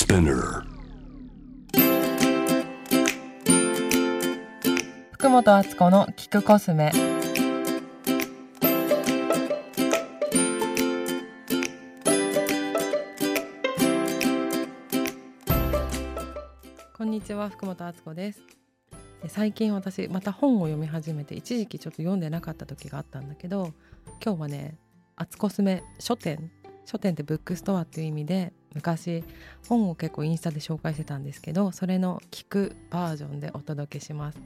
Spinner. 福本敦子の聞くコスメ。こんにちは、福本敦子です。最近私また本を読み始めて、一時期ちょっと読んでなかった時があったんだけど、今日はね、敦コスメ書店ってブックストアっていう意味で、昔本を結構インスタで紹介してたんですけど、それの聞くバージョンでお届けします。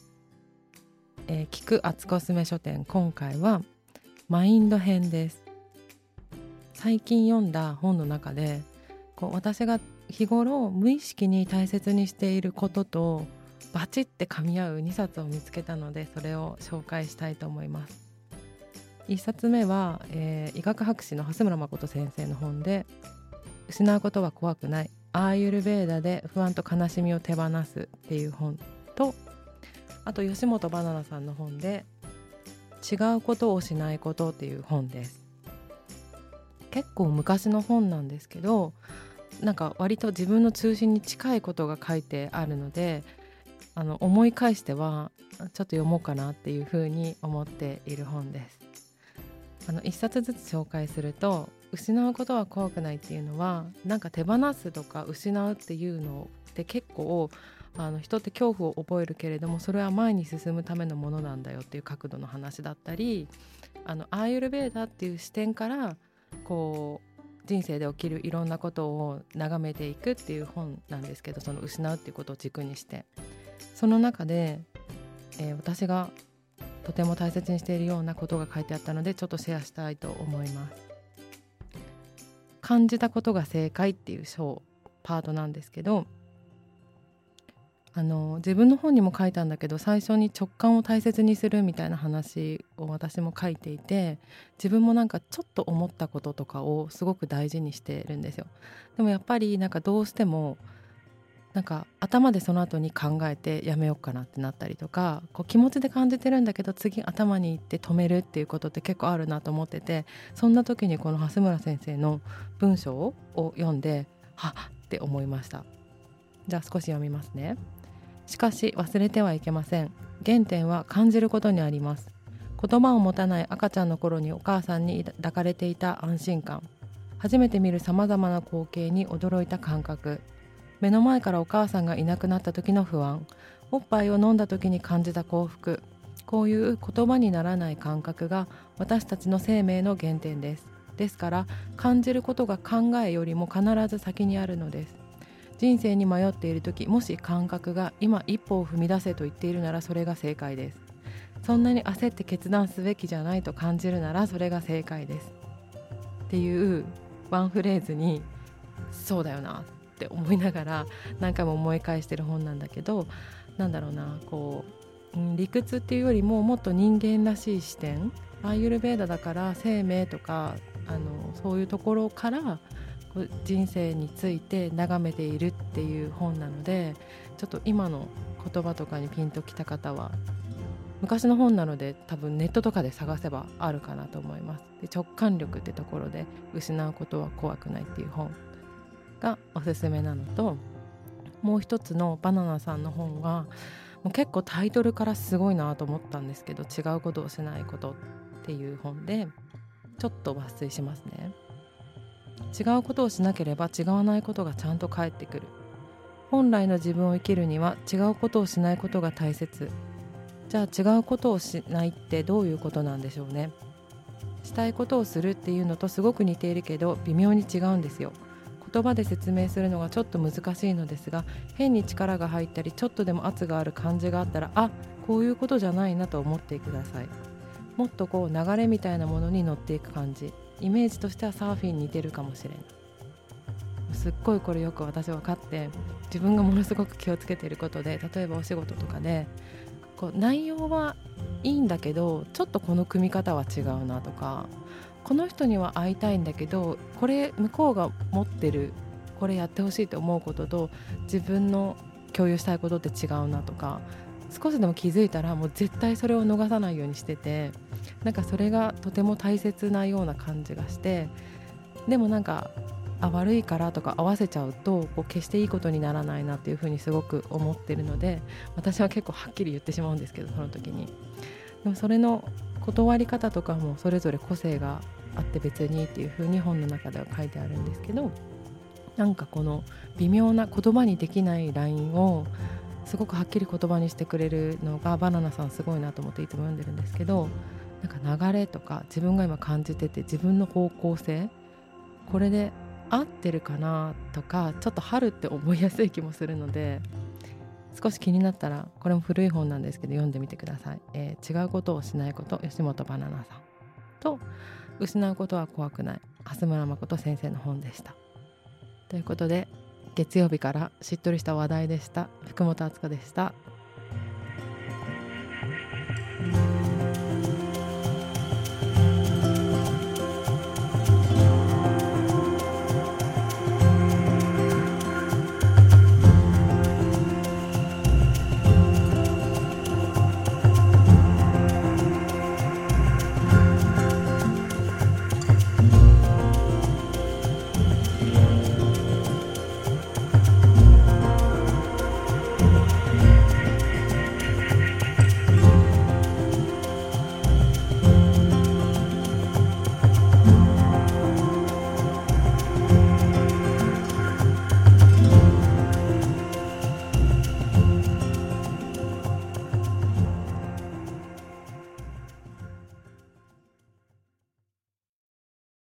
聞く敦コスメ書店、今回はマインド編です。最近読んだ本の中で、私が日頃無意識に大切にしていることとバチッて噛み合う2冊を見つけたので、それを紹介したいと思います。1冊目は、医学博士の蓮村誠先生の本で、失うことは怖くない、アーユルヴェーダで不安と悲しみを手放すっていう本と、あと吉本ばななさんの本で、違うことをしないことっていう本です。結構昔の本なんですけど、なんか割と自分の中心に近いことが書いてあるので、思い返してはちょっと読もうかなっていうふうに思っている本です。一冊ずつ紹介すると、失うことは怖くないっていうのは、なんか手放すとか失うっていうのって結構人って恐怖を覚えるけれども、それは前に進むためのものなんだよっていう角度の話だったり、アーユルヴェーダっていう視点から人生で起きるいろんなことを眺めていくっていう本なんですけど、その失うっていうことを軸にして、その中で、私がとても大切にしているようなことが書いてあったので、ちょっとシェアしたいと思います。感じたことが正解っていうパートなんですけど、自分の本にも書いたんだけど、最初に直感を大切にするみたいな話を私も書いていて、自分もなんかちょっと思ったこととかをすごく大事にしてるんですよ。でもやっぱりなんかどうしてもなんか頭でその後に考えてやめようかなってなったりとか、気持ちで感じてるんだけど次頭に行って止めるっていうことって結構あるなと思ってて、そんな時にこの蓮村先生の文章を読んで、はっって思いました。じゃあ少し読みますね。しかし忘れてはいけません。原点は感じることにあります。言葉を持たない赤ちゃんの頃にお母さんに抱かれていた安心感、初めて見るさまざまな光景に驚いた感覚、目の前からお母さんがいなくなった時の不安、おっぱいを飲んだ時に感じた幸福、こういう言葉にならない感覚が私たちの生命の原点です。ですから感じることが考えよりも必ず先にあるのです。人生に迷っている時、もし感覚が今一歩を踏み出せと言っているなら、それが正解です。そんなに焦って決断すべきじゃないと感じるなら、それが正解ですっていうワンフレーズに、そうだよなって思いながら何回も思い返してる本なんだけど、なんだろうな、理屈っていうよりももっと人間らしい視点、アーユルヴェーダだから生命とかそういうところから人生について眺めているっていう本なので、ちょっと今の言葉とかにピンときた方は、昔の本なので多分ネットとかで探せばあるかなと思います。で、直感力ってところで失うことは怖くないっていう本がおすすめなのと、もう一つのバナナさんの本はもう結構タイトルからすごいなと思ったんですけど、違うことをしないことっていう本で、ちょっと抜粋しますね。違うことをしなければ違わないことがちゃんと返ってくる。本来の自分を生きるには違うことをしないことが大切。じゃあ違うことをしないってどういうことなんでしょうね。したいことをするっていうのとすごく似ているけど微妙に違うんですよ。言葉で説明するのがちょっと難しいのですが、変に力が入ったりちょっとでも圧がある感じがあったら、あ、こういうことじゃないなと思ってください。もっと流れみたいなものに乗っていく感じ、イメージとしてはサーフィンに似てるかもしれない。すっごいこれよく私分かって、自分がものすごく気をつけていることで、例えばお仕事とかで内容はいいんだけどちょっとこの組み方は違うなとか、この人には会いたいんだけどこれ向こうが持ってるこれやってほしいと思うことと自分の共有したいことって違うなとか、少しでも気づいたらもう絶対それを逃さないようにしてて、なんかそれがとても大切なような感じがして、でもなんか悪いからとか合わせちゃうと決していいことにならないなっていうふうにすごく思ってるので、私は結構はっきり言ってしまうんですけど、その時に。でもそれの断り方とかもそれぞれ個性があって別にっていうふうに本の中では書いてあるんですけど、なんかこの微妙な言葉にできないラインをすごくはっきり言葉にしてくれるのがバナナさんすごいなと思っていつも読んでるんですけど、なんか流れとか自分が今感じてて自分の方向性、これで合ってるかなとかちょっと春って思いやすい気もするので、少し気になったらこれも古い本なんですけど読んでみてください。違うことをしないこと、吉本バナナさんと、失うことは怖くない、蓮村誠先生の本でした。ということで月曜日からしっとりした話題でした。福本敦子でした。